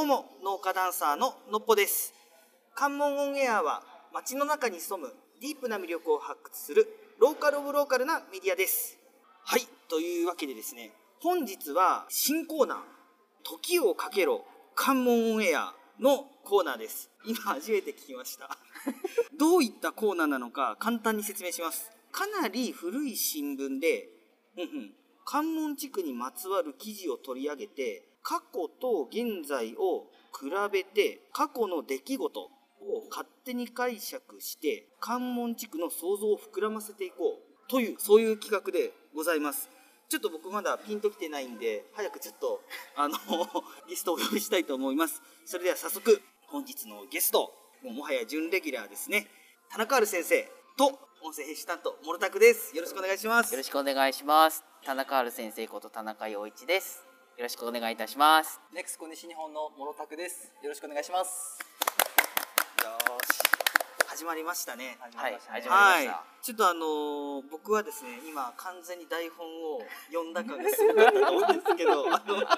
も農家ダンサーののっぽです。関門オンエアは街の中に潜むディープな魅力を発掘するローカルオブローカルなメディアです。はい、というわけでですね、本日は新コーナー時をかけろ関門オンエアのコーナーです。今初めて聞きましたどういったコーナーなのか簡単に説明します。かなり古い新聞で関門地区にまつわる記事を取り上げて、過去と現在を比べて過去の出来事を勝手に解釈して関門地区の想像を膨らませていこうという、そういう企画でございます。ちょっと僕まだピンときてないんで、早くちょっとゲストをお呼びしたいと思います。それでは早速本日のゲスト、もはや準レギュラーですね、田中ある先生と音声編集担当諸拓です。よろしくお願いします。 よろしくお願いします。田中ある先生こと田中陽一です。よろしくお願いいたします。 ネクスコ西日本の諸拓です。よろしくお願いします。 よし、始まりましたね。 はい、始まりました。 はい、ちょっと僕はですね、今完全に台本を読んだ感がすごかったと思うんですけど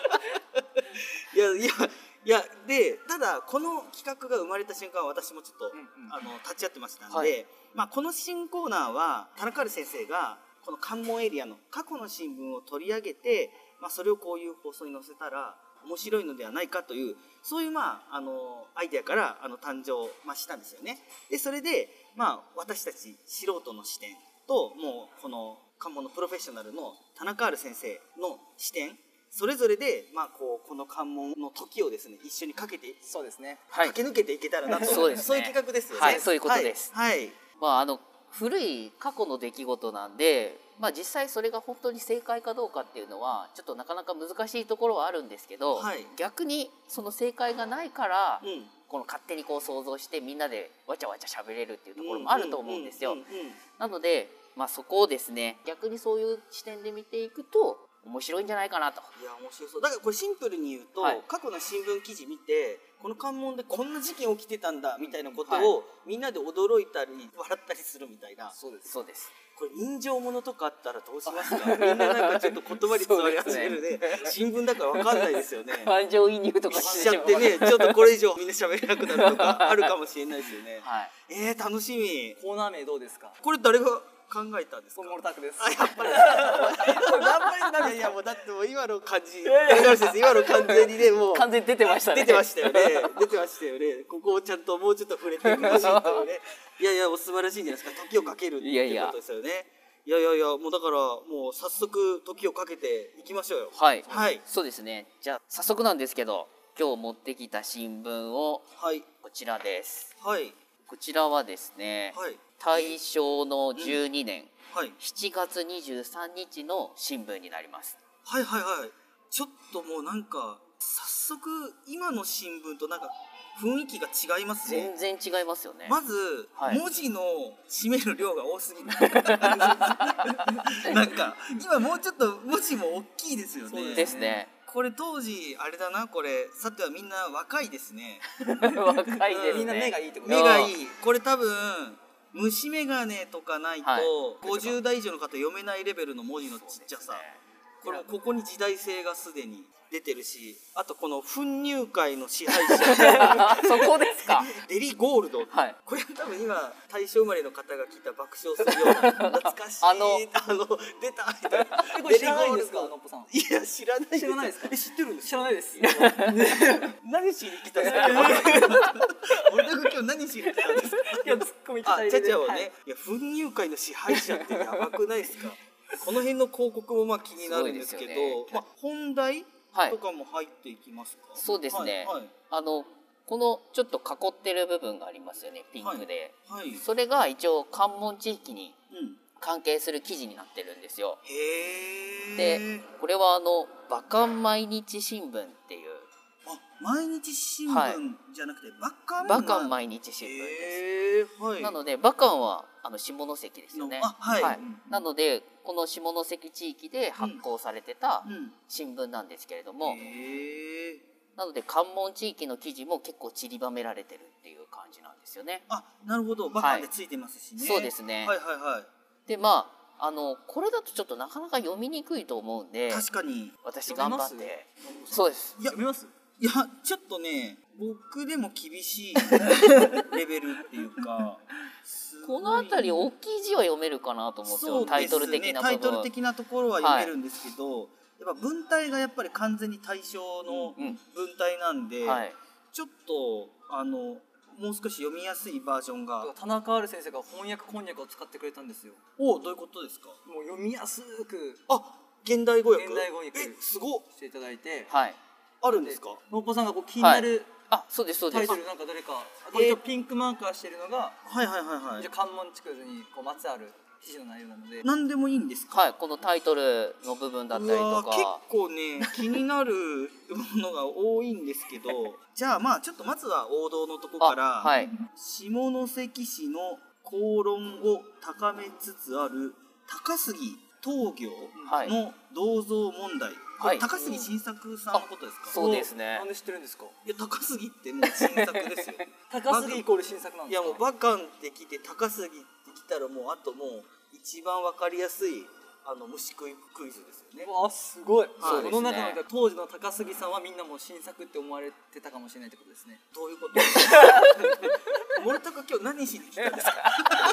いやで、ただこの企画が生まれた瞬間、私もちょっと、立ち会ってましたので、この新コーナーは田中ある先生がこの関門エリアの過去の新聞を取り上げて、それをこういう放送に載せたら面白いのではないかという、そういうアイデアから誕生したんですよね。でそれで私たち素人の視点と、もうこの関門のプロフェッショナルの田中ある先生の視点、それぞれでこの関門の時をですね、一緒にかけて、 そうですね、 駆け抜けていけたらなとそうですね、 そういう企画ですよね。 はい、そういうことです。 はい、 古い過去の出来事なんで、実際それが本当に正解かどうかっていうのはちょっとなかなか難しいところはあるんですけど、逆にその正解がないから、この勝手にこう想像してみんなでわちゃわちゃ喋れるっていうところもあると思うんですよ。なので、そこをですね、逆にそういう視点で見ていくと面白いんじゃないかなと。 いや、面白そう。だからこれシンプルに言うと、過去の新聞記事見て、この関門でこんな事件起きてたんだみたいなことを、みんなで驚いたり笑ったりするみたいな。 そうです、そうです。 これ人情ものとかあったらどうしますか？みんななんかちょっと言葉に伝わり始めるね。新聞だから分かんないですよね。 感情移入とかしちゃってね、ちょっとこれ以上みんな喋れなくなるとかあるかもしれないですよね。楽しみ。 コーナー名どうですか？ これ誰が考えたんですか？ 諸拓です。 やっぱり。いやもうだってもう今の感じ、今の完全にね、もう完全に出てましたね。 出てましたよね。ここをちゃんともうちょっと触れてほしいというね。いやお素晴らしいんじゃないですか。時をかけるっていうことですよね。いやもうだからもう早速時をかけていきましょうよ。 はい、そうですね。じゃあ早速なんですけど、今日持ってきた新聞を、こちらです。こちらはですね、大正の12年、7月23日の新聞になります。 ちょっともうなんか早速今の新聞となんか雰囲気が違いますね。 全然違いますよね。 まず、文字の占める量が多すぎるなんか今もうちょっと文字も大きいですよね。 そうですね。 これ当時あれだな、これさてはみんな若いですね若いですね。 みんな目がいいってこと？ 目がいい。これ多分虫眼鏡とかないと50代以上の方読めないレベルの文字のちっちゃさ。ここに時代性がすでに出てるし、あとこの混入会の支配者そこですか。 デリゴールド、これ多分今大正生まれの方が聞いた爆笑するような懐かしい出たみたいな。 これ知らないんですか、のっぽさん？ いや知らない。 知らないですか？ 知ってるんです？ 知らないです。 何しに来たんですか？俺が今日何しに来たんですか？ 今日ツッコミ期待で。 ちゃちゃをね、いや混入会の支配者ってやばくないですか？この辺の広告も気になるんですけど、本題とかも入っていきますか？ そうですね。このちょっと囲ってる部分がありますよね、ピンクで。それが一応関門地域に関係する記事になってるんですよ。で、これはバカン毎日新聞っていう。 毎日新聞じゃなくてバカン毎日新聞です。なのでバカンは下関ですよね。なのでこの下関地域で発行されてた新聞なんですけれども、なので関門地域の記事も結構散りばめられてるっていう感じなんですよね。 なるほど。バカンでついてますしね。 そうですね。でこれだとちょっとなかなか読みにくいと思うんで、 確かに私頑張って。そうです。 読みます？ いやちょっとね僕でも厳しいレベルっていうかこの辺り大きい字は読めるかなと思うんですよ。タイトル的な部分、 タイトル的なところは読めるんですけど、やっぱ文体がやっぱり完全に対象の文体なんで、ちょっともう少し読みやすいバージョンが田中ある先生が翻訳こんにゃくを使ってくれたんですよ。 どういうことですか？ もう読みやすく現代語訳すごっしていただいて、 あるんですか？ のっぽさんが気になるそうですそうです。 タイトルなんかどれか一応ピンクマーカーしてるのが関門竹図にまつわる記事の内容なので何でもいいんですか？ このタイトルの部分だったりとか結構ね気になるものが多いんですけどじゃあちょっとまずは王道のとこから下関市の口論を高めつつある高杉東行の銅像問題、高杉晋作さんのことですか？ そうですね。 なんで知ってるんですか？ いや高杉ってもう新作ですよ高杉イコール新作なんですか？ いやもうバカンって来て高杉って来たらもうあともう一番わかりやすい虫食いクイズですよね。 すごい、 そうですね。 この中の当時の高杉さんはみんなもう新作って思われてたかもしれないってことですね。 どういうこと森高今日何しに来たんですか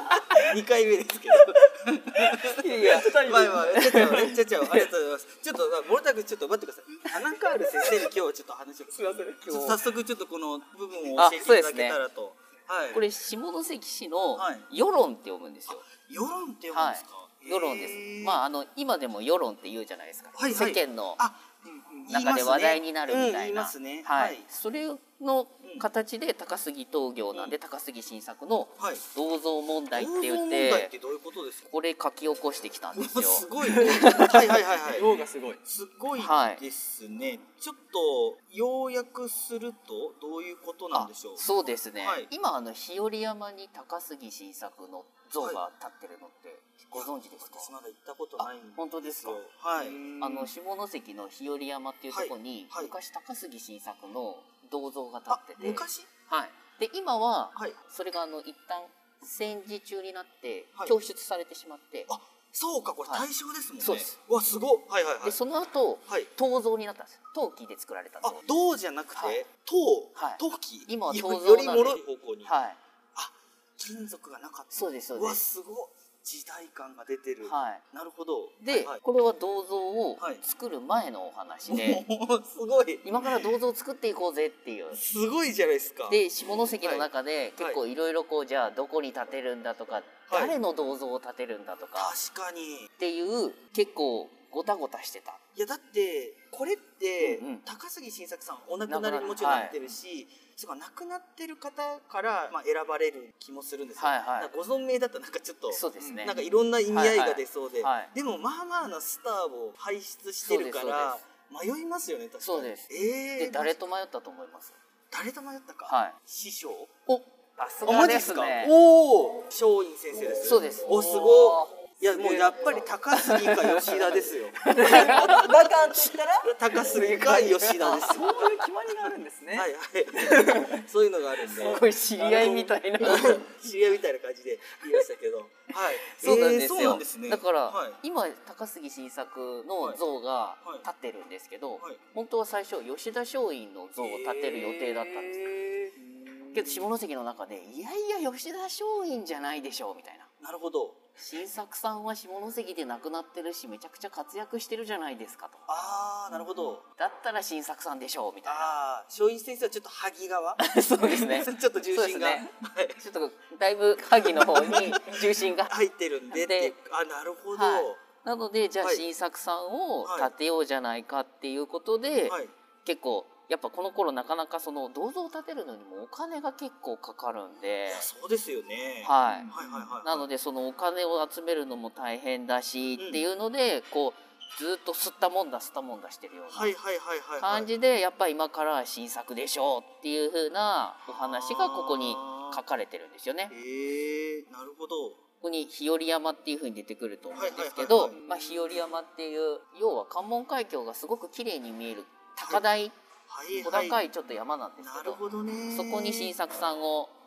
2回目ですけどいやちょっとありがとうございます。ちょっと森高ちょっと待ってください。田中ある先生に今日はちょっと話をすみません。早速ちょっとこの部分を教えていただけたらと。 これ下関市の世論って読むんですよ。 世論って読むんですか？ 世論です。今でも世論って言うじゃないですか。世間の中で話題になるみたいな。それの形で高杉東行なんで高杉晋作の銅像問題って言って、これ書き起こしてきたんですよ。 すごいね。はい量がすごい。 すごいですね。ちょっと要約するとどういうことなんでしょう。 そうですね。今日和山に高杉晋作の像が立ってるのってご存知ですか？ 私まだ行ったことないんですよ。 本当ですか？下関の日和山っていうところに昔高杉晋作の銅像が立ってて、 昔？ で今はそれが一旦戦時中になって供出されてしまって、 そうかこれ大正ですもんね。 そうです。 わすごっ。 でその後銅像になったんです。陶器で作られたんです。 銅じゃなくて陶器？ 今は銅像なんでより脆い方向に。金属がなかった。 そうですそうです。 わすごっ。時代感が出てる。なるほど。 で、これは銅像を作る前のお話で、 すごい。 今から銅像を作っていこうぜっていう。 すごいじゃないですか。 で、下関の中で結構いろいろじゃあどこに建てるんだとか、誰の銅像を建てるんだとか、 確かにっていう結構ごたごたしてた。 いやだってこれって高杉晋作さんお亡くなりにもちろんなってるし、亡くなってる方から選ばれる気もするんですよ。ご存命だったらなんかちょっとなんかいろんな意味合いが出そうで、でもまあなスターを輩出してるから迷いますよね。確かに。そうです。 で誰と迷ったと思います？ 誰と迷ったか。師匠。 さすがですね。 松陰先生です。 そうです。 すごい。いやもうやっぱり高杉か吉田ですよ。 バカンって言ったら高杉か吉田です。 そういう決まりがあるんですね。 そういうのがあるんで。 すごい知り合いみたいな知り合いみたいな感じで言いましたけど。 そうなんですよ。 そうなんですね。 だから今高杉晋作の像が立ってるんですけど、本当は最初吉田松陰の像を立てる予定だったんです。けど下関の中でいやいや吉田松陰じゃないでしょうみたいな。 なるほど。 晋作さんは下関で亡くなってるしめちゃくちゃ活躍してるじゃないですかと。 なるほど。 だったら晋作さんでしょうみたいな。 松陰先生はちょっと萩側そうですね。 ちょっと重心が、 ちょっとだいぶ萩の方に重心が入ってるんで。なるほど。 なのでじゃあ晋作さんを立てようじゃないかっていうことで、結構やっぱこの頃なかなかその銅像を建てるのにもお金が結構かかるんで。 そうですよね。 なのでそのお金を集めるのも大変だしっていうのでずっと吸ったもんだしてるような感じでやっぱり今から新作でしょうっていう風なお話がここに書かれてるんですよね。 なるほど。 ここに日和山っていう風に出てくると思うんですけど、日和山っていう要は関門海峡がすごく綺麗に見える高台、小高いちょっと山なんですけど、そこに晋作さんを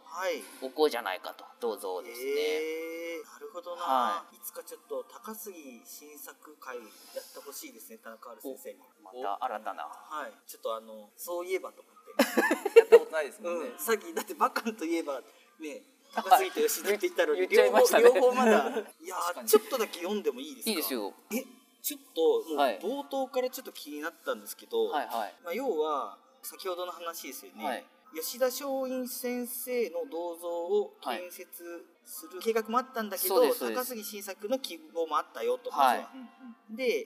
おこうじゃないかと、銅像をですね。 なるほどな、いつかちょっと高杉新作会やってほしいですね、田中先生に。 また新たな、 ちょっとそういえばと思ってやったことないですもんね、 さっきだってバカンといえばね、高杉と吉田って言ったのに両方まだいやちょっとだけ読んでもいいですか？ いいですよ。 ちょっともう冒頭からちょっと気になったんですけど、要は先ほどの話ですよね、吉田松陰先生の銅像を建設する計画もあったんだけど、高杉新作の希望もあったよと、まずは。で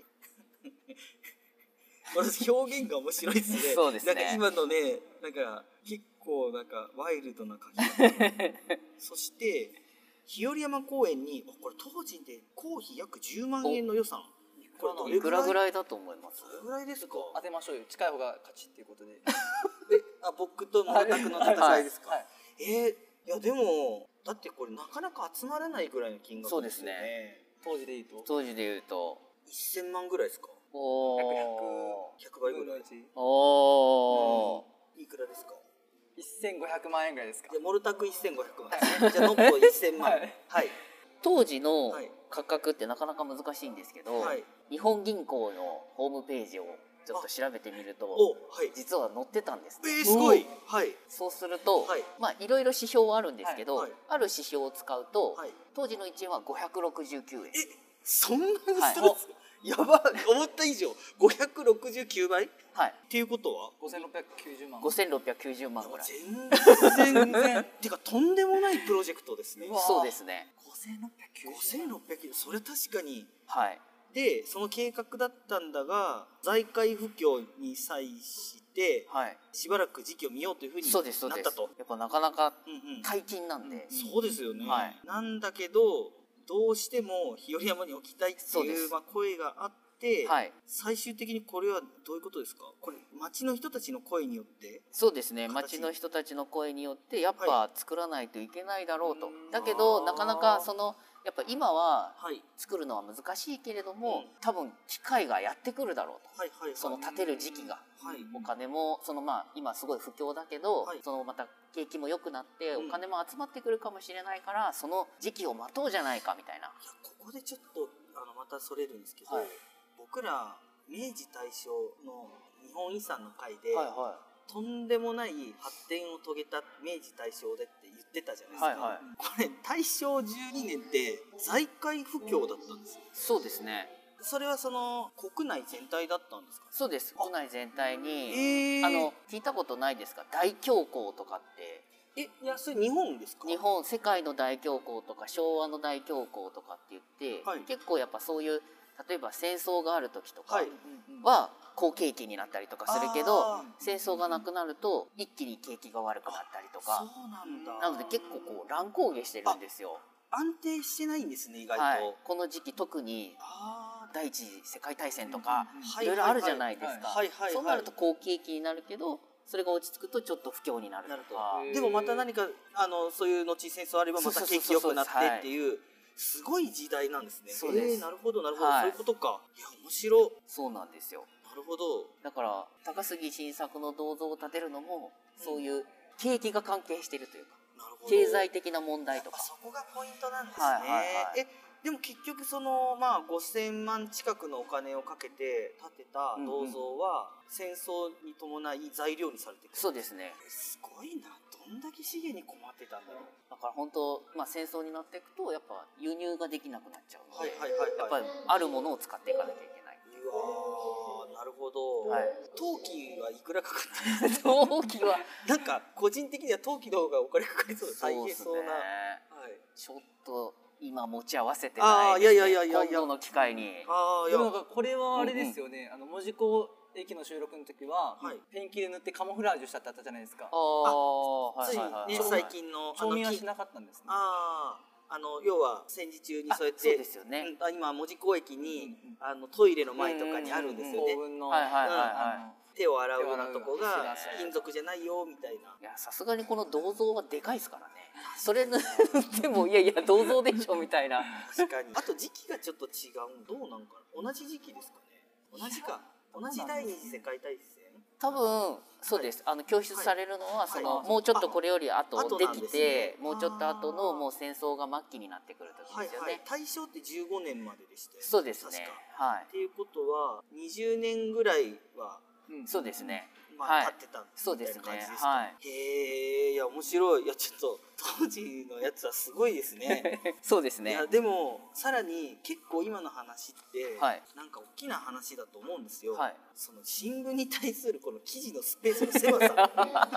表現が面白いですね。 そうですね。 なんか今のね、なんか結構なんかワイルドな書き方そして日和山公園にこれ当時で公費約10万円の予算。 これいくらぐらいだと思います？ どれぐらいですか？ 当てましょうよ。近い方が勝ちっていうことで。 僕と村田君の戦いですか？いやでもだってこれなかなか集まらないぐらいの金額ですよね。 当時で言うと 1000万ぐらいですか？100倍ぐらい。いくらですか ？1500万円ぐらいですか？ じゃあモルタク1500万ですね。じゃあノッポ1000万。 当時の価格ってなかなか難しいんですけど、日本銀行のホームページをちょっと調べてみると、実は載ってたんですね。 すごい。 そうすると、いろいろ指標はあるんですけど、ある指標を使うと、当時の1円は569円。 そんなにするんですか？やばい、思った以上。569倍？っていうことは 5690万。 5690万ぐらい。 全然てかとんでもないプロジェクトですね。 そうですね。 5690、それ確かに。でその計画だったんだが、財界不況に際してしばらく時期を見ようというふうになったと。 やっぱなかなか大金なんで。 そうですよね。なんだけどどうしても日和山に置きたいっていう声があって、最終的にこれはどういうことですか？これ町の人たちの声によって？ そうですね、町の人たちの声によってやっぱ作らないといけないだろうと。だけどなかなかやっぱ今は作るのは難しいけれども、多分機会がやってくるだろうと。その建てる時期が、お金も今すごい不況だけど、また景気も良くなってお金も集まってくるかもしれないから、その時期を待とうじゃないかみたいな。 ここでちょっとまたそれるんですけど、僕ら明治大正の日本遺産の会で、とんでもない発展を遂げた明治大正でって言ってたじゃないですか。これ大正12年って財界不況だったんですよ。 そうですね。 それは国内全体だったんですか？ そうです。国内全体に、聞いたことないですか？大恐慌とかって。 いやそれ日本ですか？ 世界の大恐慌とか昭和の大恐慌とかって言って、結構やっぱそういう例えば戦争がある時とかは好景気になったりとかするけど、戦争がなくなると一気に景気が悪くなったりとか。 そうなんだ。 なので結構乱高下してるんですよ。 安定してないんですね、意外と。 この時期特に第一次世界大戦とかいろいろあるじゃないですか。そうなると好景気になるけど、それが落ち着くとちょっと不況になるとか。 でもまた何かそういう後戦争あればまた景気良くなってっていうすごい時代なんですね。 そうです。 なるほどなるほど、そういうことか。いや面白。 そうなんですよ。 なるほど。 だから高杉新作の銅像を建てるのもそういう景気が関係しているというか、経済的な問題とか。 そこがポイントなんですね。でも結局5000万近くのお金をかけて建てた銅像は戦争に伴い材料にされていく。 そうですね。 すごいな。どんだけ資源に困ってたんだろう。 だから本当、戦争になっていくとやっぱ輸入ができなくなっちゃうので、やっぱりあるものを使っていかなきゃいけない。 うわー、なるほど。陶器はいくらかかったんですか？ 陶器はなんか個人的には陶器の方がお金かかりそうで大変そうな。 ちょっと今持ち合わせてないですね。今度の機会に。 でもこれはあれですよね。門司港駅の収録の時はペンキで塗ってカモフラージュしたってあったじゃないですか。 ついね最近の調味はしなかったんですね。 要は戦時中にそうやって、 そうですよね。 今門司港駅にトイレの前とかにあるんですよね。手を洗うようなとこが金属じゃないよみたいな。 いやさすがにこの銅像はでかいですからね。それ塗ってもいや銅像でしょみたいな。 確かに。あと時期がちょっと違う。どうなんかな。同じ時期ですかね。同じ第二次世界大戦。 多分そうです、供出されるのはもうちょっとこれより後できて、もうちょっと後のもう戦争が末期になってくる時ですよね。 大正って15年まででしたよね。 そうですね。はい。 っていうことは20年ぐらいは、 そうですね。 経ってたそうですね。 はい。へえ、いや面白い。いやちょっと当時のやつはすごいですね。 そうですね。 いやでもさらに結構今の話って、なんか大きな話だと思うんですよ。その新聞に対するこの記事のスペースの狭さ。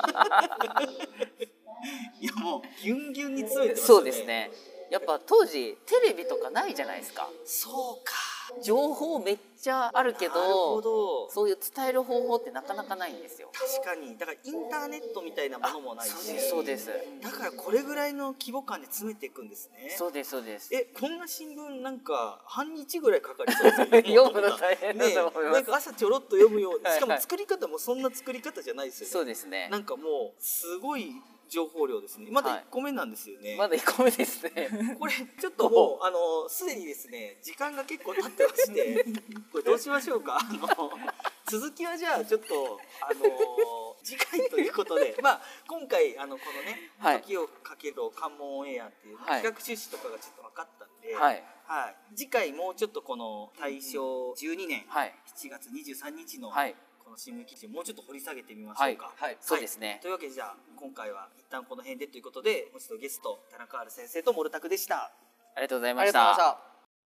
いやもうギュンギュンに詰めてますよね。 そうですね。やっぱ当時テレビとかないじゃないですか。 そうか。 情報めっちゃあるけど、そういう伝える方法ってなかなかないんですよ。 確かに。だからインターネットみたいなものもないし。 そうです。 だからこれぐらいの規模感で詰めていくんですね。 そうですそうです。 こんな新聞なんか半日ぐらいかかりそうですよね。 読むの大変だと思います。 なんか朝ちょろっと読むよう。しかも作り方もそんな作り方じゃないですよね。 そうですね。 なんかもうすごい情報量ですね。まだ1個目なんですよね。 まだ1個目ですね。 これちょっともうすでにですね時間が結構経ってまして、これどうしましょうか。続きはじゃあちょっと次回ということで、今回このね時をかける関門オンエアっていう企画趣旨とかがちょっと分かったんで、次回もうちょっとこの大正12年7月23日のこの新聞記事をもうちょっと掘り下げてみましょうか。 そうですね。 というわけでじゃあ今回は一旦この辺でということで、もう一度ゲスト田中ある先生とモルタクでした。 ありがとうございました。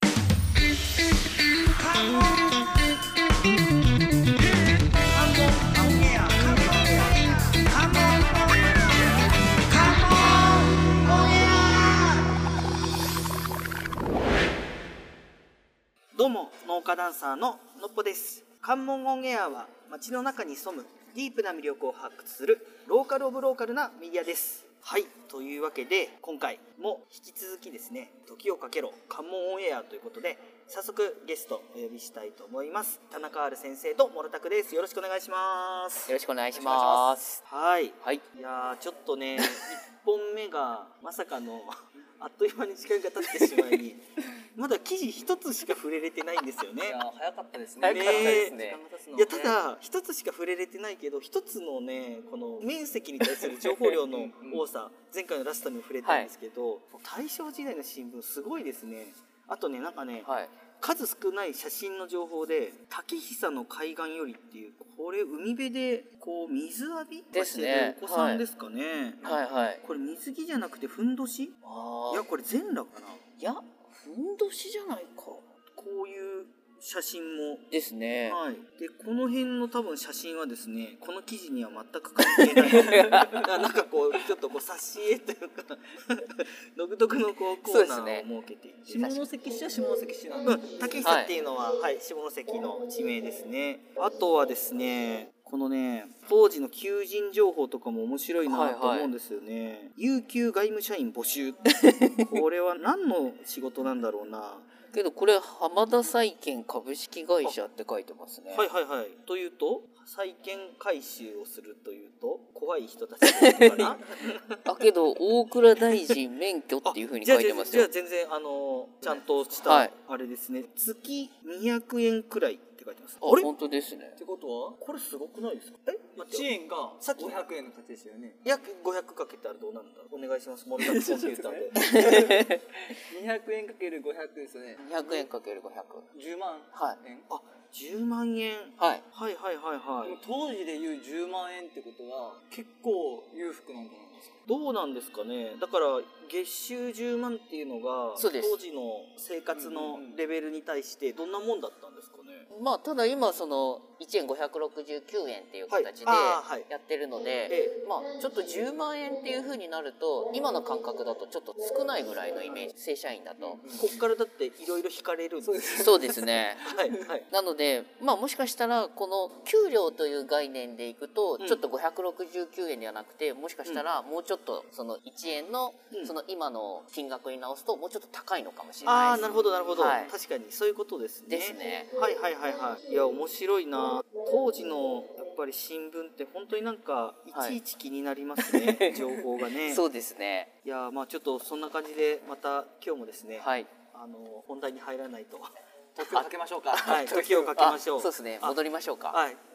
どうも農家ダンサーののっぽです。関門オンエアは街の中に潜むディープな魅力を発掘するローカルオブローカルなメディアです。はい、というわけで今回も引き続きですね、時をかけろ関門オンエアということで早速ゲストお呼びしたいと思います。田中ある先生とモルタクです。よろしくお願いします。 よろしくお願いします。 はい、いやちょっとね1本目がまさかのあっという間に時間が経ってしまいまだ記事一つしか触れれてないんですよね。 早かったですね。 いやただ一つしか触れれてないけど、一つのねこの面積に対する情報量の多さ前回のラストにも触れたんですけど、大正時代の新聞すごいですね。あとねなんかね、数少ない写真の情報で竹久の海岸よりっていう、これ海辺でこう水浴びですね。 お子さんですかね。これ水着じゃなくてふんどし？いやこれ全裸かな。 いやふんどしじゃないか。 こういう写真もですね。 でこの辺の多分写真はですね、この記事には全く関係ないなんかこうちょっとこう挿絵というか独特のこうコーナーを設けていて、 下関市は下関市なんです。 竹久っていうのは、下関の地名ですね。あとはですね、このね当時の求人情報とかも面白いなと思うんですよね。有給外務社員募集これは何の仕事なんだろうな。 けどこれ浜田債券株式会社って書いてますね。 というと債券回収をするというと怖い人たちかなだけど大蔵大臣免許っていう風に書いてますよ。 じゃあ全然ちゃんとしたあれですね、月200円くらいって書いてます。 あれ本当ですね。 ってことはこれすごくないですか。 1円が500円の価値ですよね。 約500かけたらどうなんだ。お願いします。モルタクコンピューターで 200円かける500ですよね。 200円かける500、 10万円。 10万円。当時でいう10万円ってことは結構裕福なんじゃないですか。 どうなんですかね。だから月収10万っていうのが当時の生活のレベルに対してどんなもんだったんですかね。 ただ今その1円569円っていう形でやってるので、ちょっと10万円っていう風になると今の感覚だとちょっと少ないぐらいのイメージ、正社員だと。 こっからだっていろいろ引かれるんです。 そうですねなのでもしかしたらこの給料という概念でいくとちょっと569円ではなくて、もしかしたらもうちょっとその1円のその今の金額に直すともうちょっと高いのかもしれないです。 なるほどなるほど、確かにそういうことですね。いや面白いな。当時のやっぱり新聞って本当になんかいちいち気になりますね、情報がね。 そうですね。 いやちょっとそんな感じでまた今日もですね、本題に入らないと。 時をかけましょうか。 時をかけましょう。 そうですね。戻りましょうか。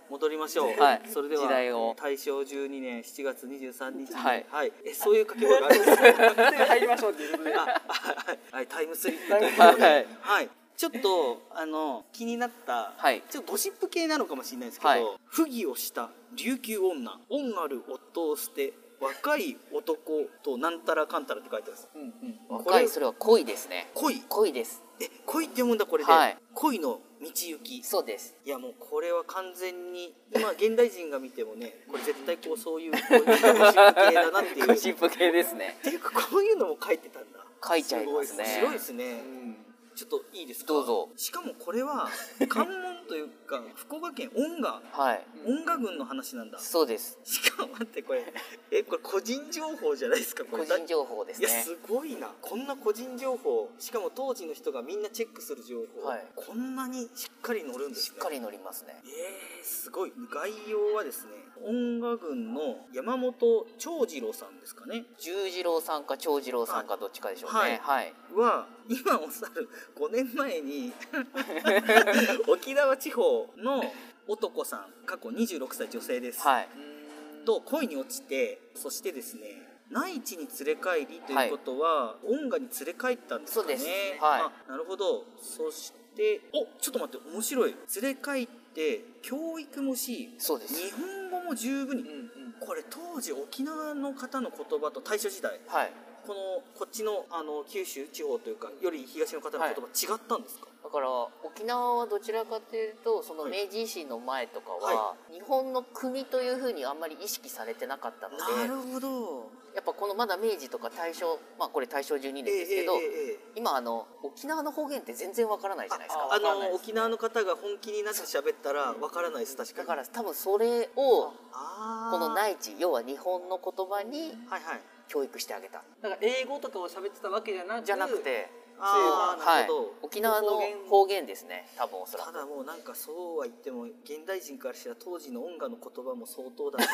戻りましょう。 はい、 それでは時代を大正12年7月23日に、 はい、 そういう掛け声があるんですか。 入りましょうっていうことで、 はい、タイムスリップということで、はい、ちょっと気になった、 はい、 ちょっとゴシップ系なのかもしれないですけど、はい、不義をした琉球女、恩ある夫を捨て若い男となんたらかんたらって書いてます。 若い、それは恋ですね。恋です。 恋って読むんだこれで、はい、恋の道行き。 そうです。 いやもうこれは完全に今現代人が見てもね、これ絶対こうそういうゴシップ系だなっていう。 ゴシップ系ですね。 っていうかこういうのも書いてたんだ。 書いちゃいますね。 面白いですね。ちょっといいですか。 どうぞ。 しかもこれは関門というか福岡県恩賀、はい、恩賀郡の話なんだ。 そうです。 しかも待ってこれこれ個人情報じゃないですか。これ個人情報ですね。 いやすごいな。こんな個人情報、しかも当時の人がみんなチェックする情報、はい、こんなにしっかり載るんですね。 しっかり載りますね。 すごい。概要はですね、恩賀郡の山本長次郎さんですかね。 十次郎さんか長次郎さんかどっちかでしょうね。はい。 は今おっしゃる5年前に沖縄地方の男さん、過去26歳女性です、はい、と恋に落ちて、そしてですね内地に連れ帰りということは、恩賀に連れ帰ったんですかね。そうです、はい、なるほど。そしてちょっと待って、面白い。連れ帰って教育もし、そうです、日本語も十分に、これ当時沖縄の方の言葉と大正時代、はい、こっちの九州地方というかより東の方の言葉、違ったんですか。 だから沖縄はどちらかというとその明治維新の前とかは、日本の国というふうにあんまり意識されてなかったので、 なるほど。 やっぱこのまだ明治とか大正、これ大正12年ですけど、今沖縄の方言って全然わからないじゃないですか。 沖縄の方が本気になって喋ったらわからないです。確かに。 だから多分それをこの内地、要は日本の言葉に教育してあげた。 だから英語とかを喋ってたわけじゃなくて、 なるほど、沖縄の方言ですね、多分おそらく。 ただもうなんかそうは言っても現代人からしたら当時の音楽の言葉も相当だ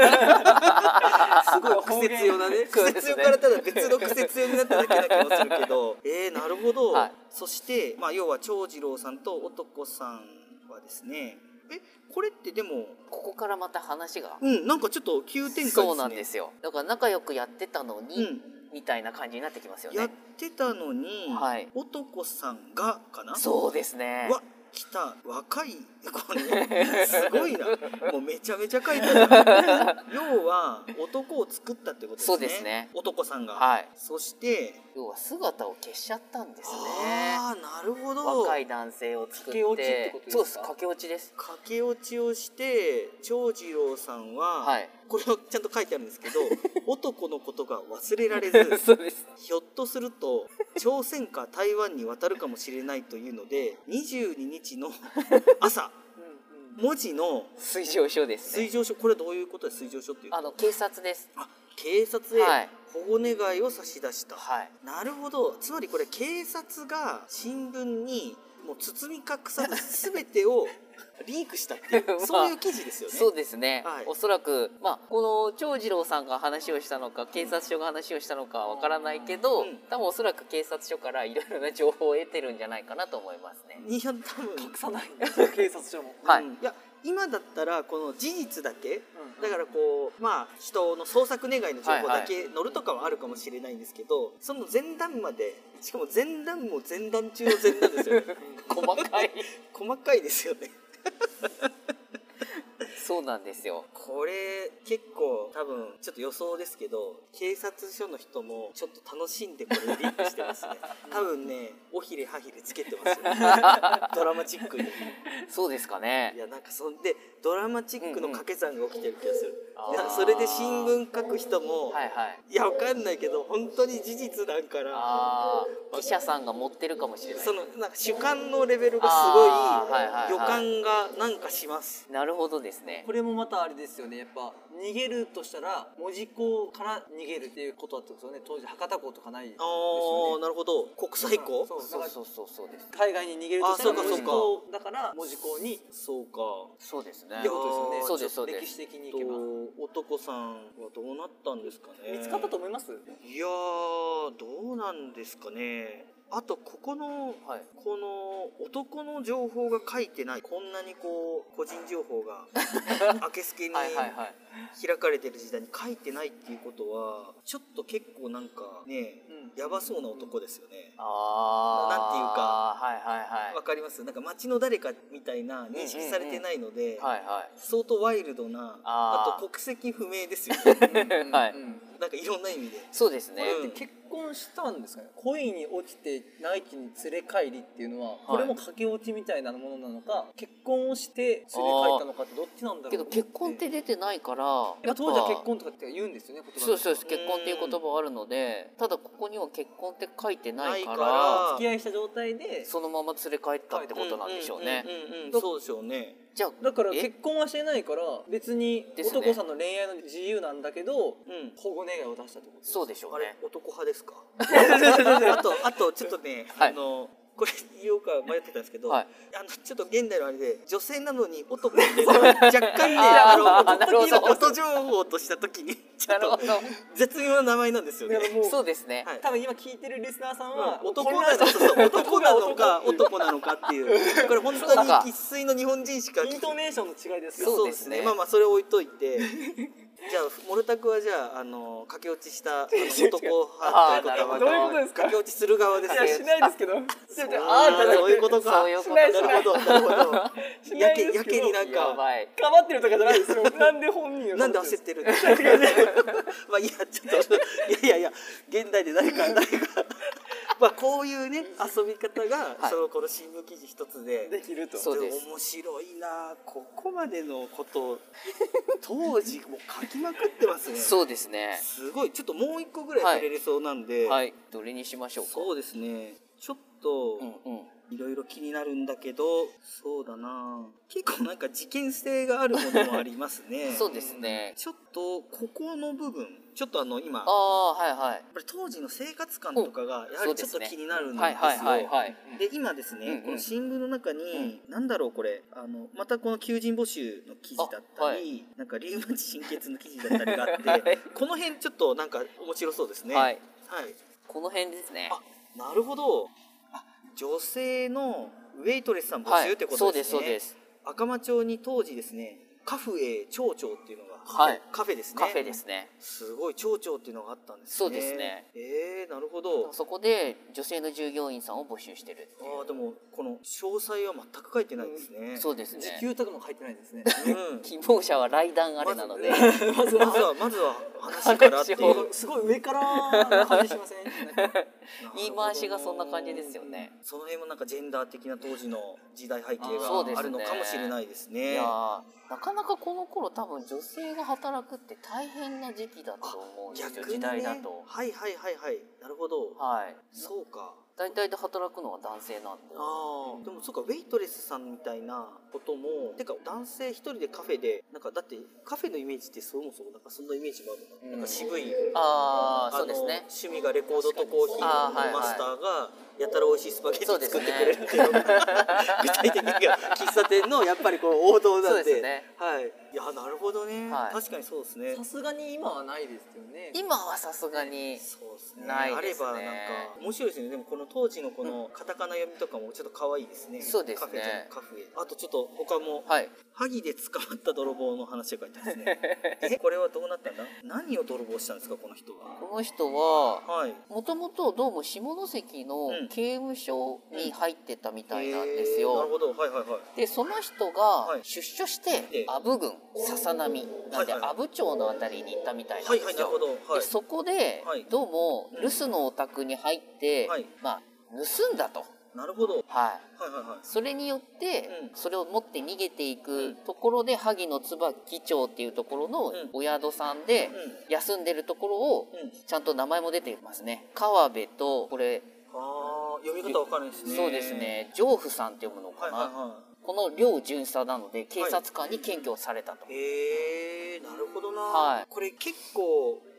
すごい癖強なね。癖強からただ別の癖強になっただけな気もするけどなるほど、はい、そして要は長次郎さんと男さんはですね、これってでもここからまた話がなんかちょっと急展開ですね。 そうなんですよ。だから仲良くやってたのに、みたいな感じになってきますよね。 やってたのに、はい、男さんがかな。 そうですね。 来た若い子ね、すごいな。もうめちゃめちゃ書いてある要は男を作ったってことですね。 そうですね、 男さんが、 はい、 そして要は姿を消しちゃったんですね。 なるほど。 若い男性を作って、 駆け落ちってことですか。 そうです、駆け落ちです。 駆け落ちをして長次郎さんは、はい、これはちゃんと書いてあるんですけど男のことが忘れられずそうです。 ひょっとすると朝鮮か台湾に渡るかもしれないというので22日の朝文字の水上書ですね。 水上書、これどういうことです。水上書っていう警察です。 警察へ保護願いを差し出した、はい、なるほど。つまりこれ警察が新聞にもう包み隠さず全てをリークしたっていうそういう記事ですよね。 そうですね、はい、おそらく、この長次郎さんが話をしたのか警察署が話をしたのかわからないけど、多分おそらく警察署からいろいろな情報を得てるんじゃないかなと思いますね。 いや多分隠さないんですよ警察署も。 はい、 いや今だったらこの事実だけ、だからこう人の捜索願いの情報だけ載るとかはあるかもしれないんですけど、その前段まで、しかも前段も前段中の前段ですよね細かいですよねそうなんですよ。 これ結構多分ちょっと予想ですけど警察署の人もちょっと楽しんでこれリンクしてますね多分ねおひれはひれつけてますよドラマチックに。 そうですかね。 いやなんかそんでドラマチックの掛け算が起きてる気がする、それで新聞書く人も、いやわかんないけど本当に事実なんから記者さんが持ってるかもしれない。 そのなんか主観のレベルがすごい予感がなんかします。 なるほどですね。 これもまたあれですよね。やっぱ逃げるとしたら門司港から逃げるっていうことだったんですよね。当時博多港とかないですよね。 なるほど。国際港。 そうです。 海外に逃げるとしたら門司港だから門司港に。 そうか。 そうですね。 ってことですよね。 そうですそうです。 歴史的にいけば。 男さんはどうなったんですかね。 見つかったと思います？ いやどうなんですかね。 あとここの、 はい、 この男の情報が書いてない、こんなにこう個人情報があけすけに開かれてる時代に書いてないっていうことはちょっと結構なんかね、やばそうな男ですよね。なんていうか、わかります？なんか街の誰かみたいな認識されてないので、相当ワイルドな、あと国籍不明ですよね。はい。なんかいろんな意味で。 そうですね。 結婚したんですかね。恋に落ちて内地に連れ帰りっていうのは、これも駆け落ちみたいなものなのか、結婚をして連れ帰ったのかってどっちなんだろう。 けど結婚って出てないから、 当時は結婚とかって言うんですよね。言葉そうそう、結婚っていう言葉あるので、ただここには結婚って書いてないから付き合いした状態でそのまま連れ帰ったってことなんでしょうね。 そうでしょうね。 じゃあだから結婚はしてないから別に男さんの恋愛の自由なんだけど、保護願いを出したってことです。 そうでしょうね。 あれ男派ですか？あとちょっとね、これ言おうか迷ってたんですけど、ちょっと現代のあれで女性なのに男って若干ね、音情報とした時にちょっと絶妙な名前なんですよね。 そうですね。 多分今聞いてるリスナーさんは男なのか男なのかっていう、これ本当に生粋の日本人しかイントネーションの違いです。 そうですね。まあそれ置いといて。じゃあモルタクはじゃあ駆け落ちした男派ということはどういうことですか？ 駆け落ちする側ですね。 いやしないですけど。 そういうことか。なるほどなるほど。やけになんかかばってるとかじゃないですよ。なんで本人なんで焦ってるんですか？まあいやちょっといや現代で誰かまあこういうね遊び方がこの新聞記事一つでできると。 そうです。 面白いな。ここまでのこと当時も書きまくってますね。 そうですね。 すごい。ちょっともう一個ぐらい触れれそうなんで、 どれにしましょうか。 そうですね。ちょっといろいろ気になるんだけど、そうだな。結構なんか事件性があるものもありますね。 そうですね。 ちょっとここの部分、ちょっと今当時の生活感とかがやはりちょっと気になるんですよ。で今ですね、この新聞の中になんだろうこれまたこの求人募集の記事だったり、なんかリウマチ心血の記事だったりがあって、この辺ちょっとなんか面白そうですね。はい。 この辺ですね。 なるほど。女性のウェイトレスさん募集ってことですね。そうです。赤間町に当時ですね、カフェ町長っていうのが、カフェですね。 カフェですね。 すごい町長っていうのがあったんですね。 そうですね。 なるほど。 そこで女性の従業員さんを募集してるっていう。 でもこの詳細は全く書いてないですね。 そうですね。 時給とかも書いてないですね。 希望者は来団あれなので、 まずは話からっていう。 すごい上からな感じしません？ 言い回しがそんな感じですよね。 その辺もなんかジェンダー的な当時の時代背景があるのかもしれないですね。 いやなかなかこの頃多分女性が働くって大変な時期だと思うんですよ。時代だと。 はいなるほど。そうか。 大体で働くのは男性なんで。 でもそうか、ウェイトレスさんみたいなこともてか男性一人でカフェでなんかだってカフェのイメージってそもそもなんかそんなイメージもあるの、なんか渋いそうですね。 趣味がレコードとコーヒーのマスターがやたら美味しいスパゲッティ作ってくれるっていうのが具体的に喫茶店のやっぱりこう王道なんで。そうですね。いやなるほどね。確かにそうですね。 さすがに今はないですよね。 今はさすがにないですね。 あればなんか面白いですね。でもこの当時のこのカタカナ読みとかもちょっと可愛いですね。 そうですね。 カフェ。あとちょっと他も萩で捕まった泥棒の話が書いてますね。これはどうなったんだ？何を泥棒したんですかこの人は？ この人はもともとどうも下関の刑務所に入ってたみたいなんですよ。 なるほど。 でその人が出所して阿武郡笹波なんで阿武町のあたりに行ったみたいなんですよ。でそこでどうも留守のお宅に入って盗んだと。 なるほど。 それによってそれを持って逃げていくところで萩の椿町っていうところのお宿さんで休んでるところをちゃんと名前も出ていますね。川辺とこれ読み方わかんないですね。 そうですね。上夫さんって読むのかな。この両巡査なので警察官に検挙されたと。 なるほどな。これ結構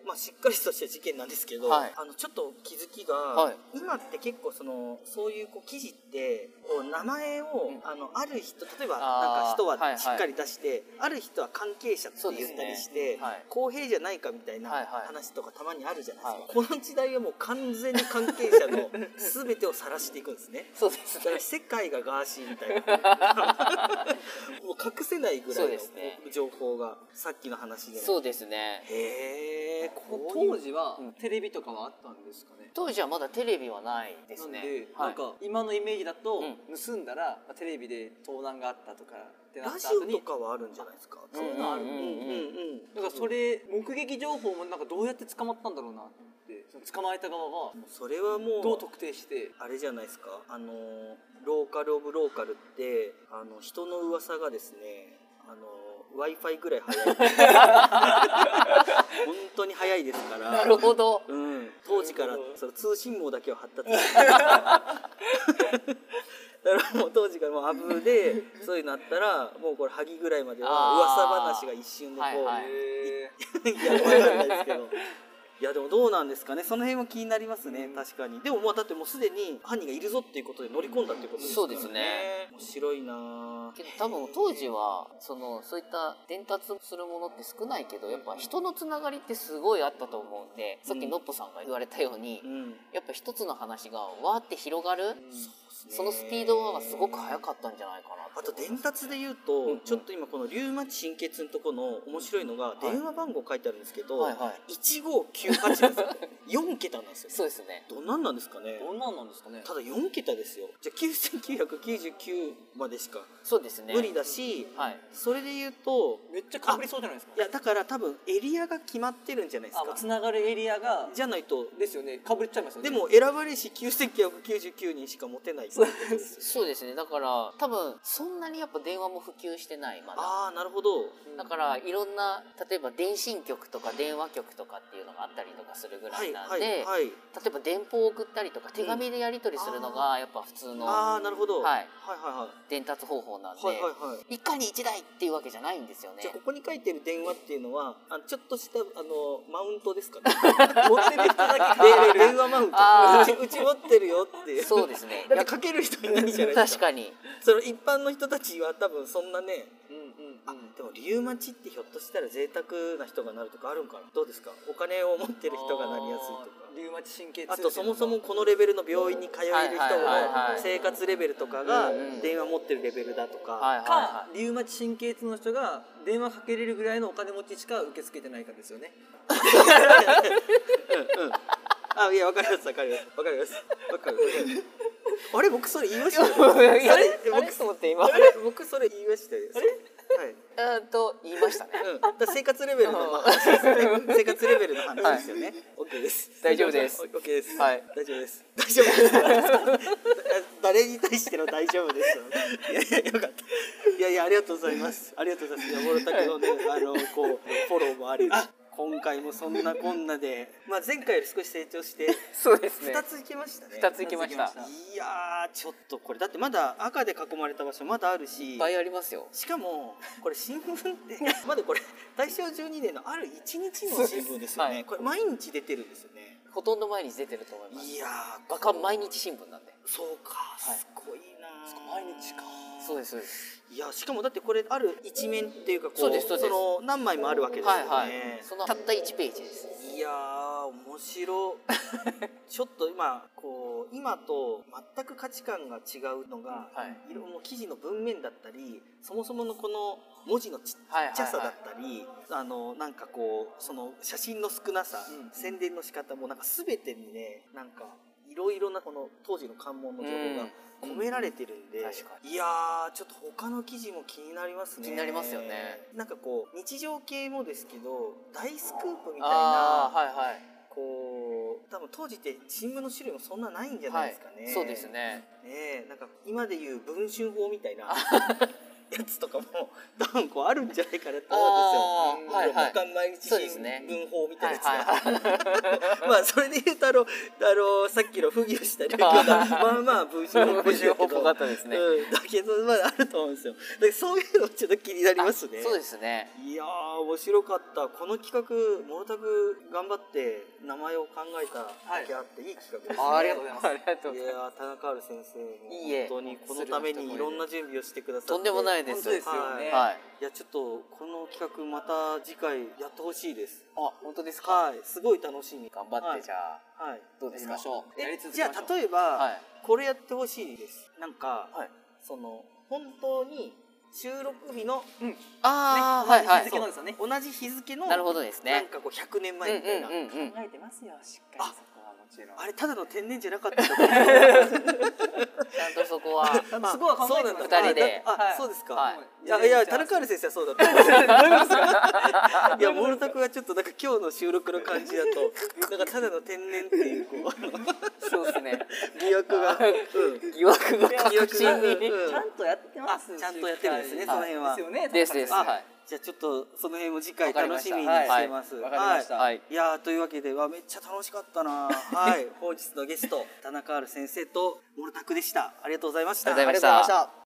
まあ、しっかりとした事件なんですけど、 はい、 ちょっと気づきが、 はい、 今って結構そういう記事って名前を、ある人、例えばなんか人はしっかり出して、ある人は関係者って言ったりして、公平じゃないかみたいな話とかたまにあるじゃないですか、この時代はもう完全に関係者の全てを晒していくんですね。 そうですね。 だから世界がガーシーみたいなもう隠せないぐらいの情報が、さっきの話で。 そうですね。 へえ。 当時はテレビとかはあったんですかね。 当時はまだテレビはないですね。 なんで、なんか今のイメージだと、盗んだらテレビで盗難があったとかってなった後に、 ラジオとかはあるんじゃないですか。 そういうのある。だからそれ目撃情報もなんかどうやって捕まったんだろうなって、捕まえた側がそれはもうどう特定してあれじゃないですか。ローカルオブローカルって人の噂がですね、Wi-Fi ぐらい早い本当に早いですから。 なるほど、 当時からその通信網だけは発達してだからもう当時からもうアブでそういうのあったらもうこれ萩ぐらいまでは噂話が一瞬でこう、いや分かんないですけど。いやでもどうなんですかね、その辺も気になりますね、確かに。でももうだってもうすでに犯人がいるぞっていうことで乗り込んだっていうことですからね。 そうですね。 面白いな。 けど多分当時はそういった伝達するものって少ないけど、やっぱ人のつながりってすごいあったと思うんで、さっきのっぽさんが言われたように、やっぱ一つの話がわーって広がる、そのスピードがすごく速かったんじゃないかな。 あと伝達で言うと、ちょっと今このリウマチ心血のところの面白いのが、電話番号書いてあるんですけど、1598ですよ。4桁なんですよ。 そうですね。 どんなんなんですかね。 どんなんなんですかね。 ただ4桁ですよ。じゃあ9999までしかそうですね。 無理だし、それで言うとめっちゃかぶりそうじゃないですか。 いやだから多分エリアが決まってるんじゃないですか。 つながるエリアがじゃないとですよね。かぶっちゃいますよね。 でも選ばれし9999人しか持てない。 そうですね。だから多分そんなにやっぱ電話も普及してないまだ。 ああなるほど。 だからいろんな例えば電信局とか電話局とかっていうのがあったりとかするぐらいなんで、例えば電報を送ったりとか手紙でやり取りするのがやっぱ普通のなるほど、伝達方法なんで、一家に一台っていうわけじゃないんですよね。 じゃあここに書いてる電話っていうのはちょっとしたマウントですかね。持ってる人だけ電話マウント。うち持ってるよっていう。 そうですね。 だってかける人いないじゃないですか。 確かに。 その一般の人たちは多分そんなね。でもリウマチってひょっとしたら贅沢な人がなるとかあるんかな。どうですか。お金を持ってる人がなりやすいとか。 リウマチ神経痛。 あとそもそもこのレベルの病院に通える人の生活レベルとかが電話持ってるレベルだとか。 リウマチ神経痛の人が電話かけれるぐらいのお金持ちしか受け付けてないかですよね。 いや分かります分かります分かります分かる。あれ僕それ言いましたよね。 あれと思って今。 僕それ言いましたよ。 あれ？言いましたね。 生活レベルの生活レベルの話ですよね。OK です。 大丈夫です。 OK です。 はい、 大丈夫です。大丈夫です。誰に対しての大丈夫です。いやよかった。いやありがとうございます。ありがとうございます。モルタクのねこうフォローもあり。今回もそんなこんなで、前回より少し成長してそうですね。 2ついけましたね。 2ついけました。 いやちょっとこれだってまだ赤で囲まれた場所まだあるし、 いっぱいありますよ。しかもこれ新聞ってまだこれ大正12年のある1日の新聞ですよね。これ毎日出てるんですよね。 ほとんど毎日出てると思います。 いや毎日新聞なんで。 そうか、すごいな。 毎日か。 そうですそうです。 いやしかもだってこれある一面っていうかその何枚もあるわけですよね。 そのたった1ページです。 いや面白ちょっと今と全く価値観が違うのが、もう記事の文面だったりそもそものこの文字のちっちゃさだったり、なんかその写真の少なさ、宣伝の仕方もなんか全てにねなんかいろいろなこの当時の関門の情報が込められてるんで、いやちょっと他の記事も気になりますね。 気になりますよね。 なんか日常系もですけど大スクープみたいな多分当時って新聞の種類もそんなないんじゃないですかね。 そうですね。 なんか今でいう文春法みたいなやつとかも多分こうあるんじゃないかなと思うんですよ。 はいはい、 毎日新聞法みたいなやつが、まあそれで言うとさっきの不義をした旅行がまあまあ文春法っぽかったですね。だけどまああると思うんですよ。だからそういうのちょっと気になりますね。 そうですね。 いやー面白かった。この企画モノタク頑張って名前を考えただけあっていい企画ですね。 ありがとうございます。 ありがとうございます。 いや田中ある先生も本当にこのためにいろんな準備をしてくださって、 とんでもないです。 本当ですよね。 はい。 いやちょっとこの企画また次回やってほしいです。 あ、本当ですか。 はい、すごい楽しみ。 頑張ってじゃあ、 はい、 どうですか。 じゃあ例えばこれやってほしいです。なんかその本当に収録日の同じ日付のなるほどですね。 なんかこう100年前みたいな考えてますよ。しっかりそこはもちろん。 あれただの天然じゃなかった。ちゃんとそこはすごい考えてます。 2人で。 あ、そうですか。 いや田中ある先生はそうだった。いやモノタクはちょっとなんか今日の収録の感じだとなんかただの天然っていうこうそうですね。 疑惑が確信にちゃんとやってます。 ちゃんとやってるんですね。その辺は。 です。 じゃあちょっとその辺も次回楽しみにしてます。 わかりました。 いやというわけでめっちゃ楽しかったな。はい。本日のゲスト田中ある先生とモノタクでした。ありがとうございました。 ありがとうございました。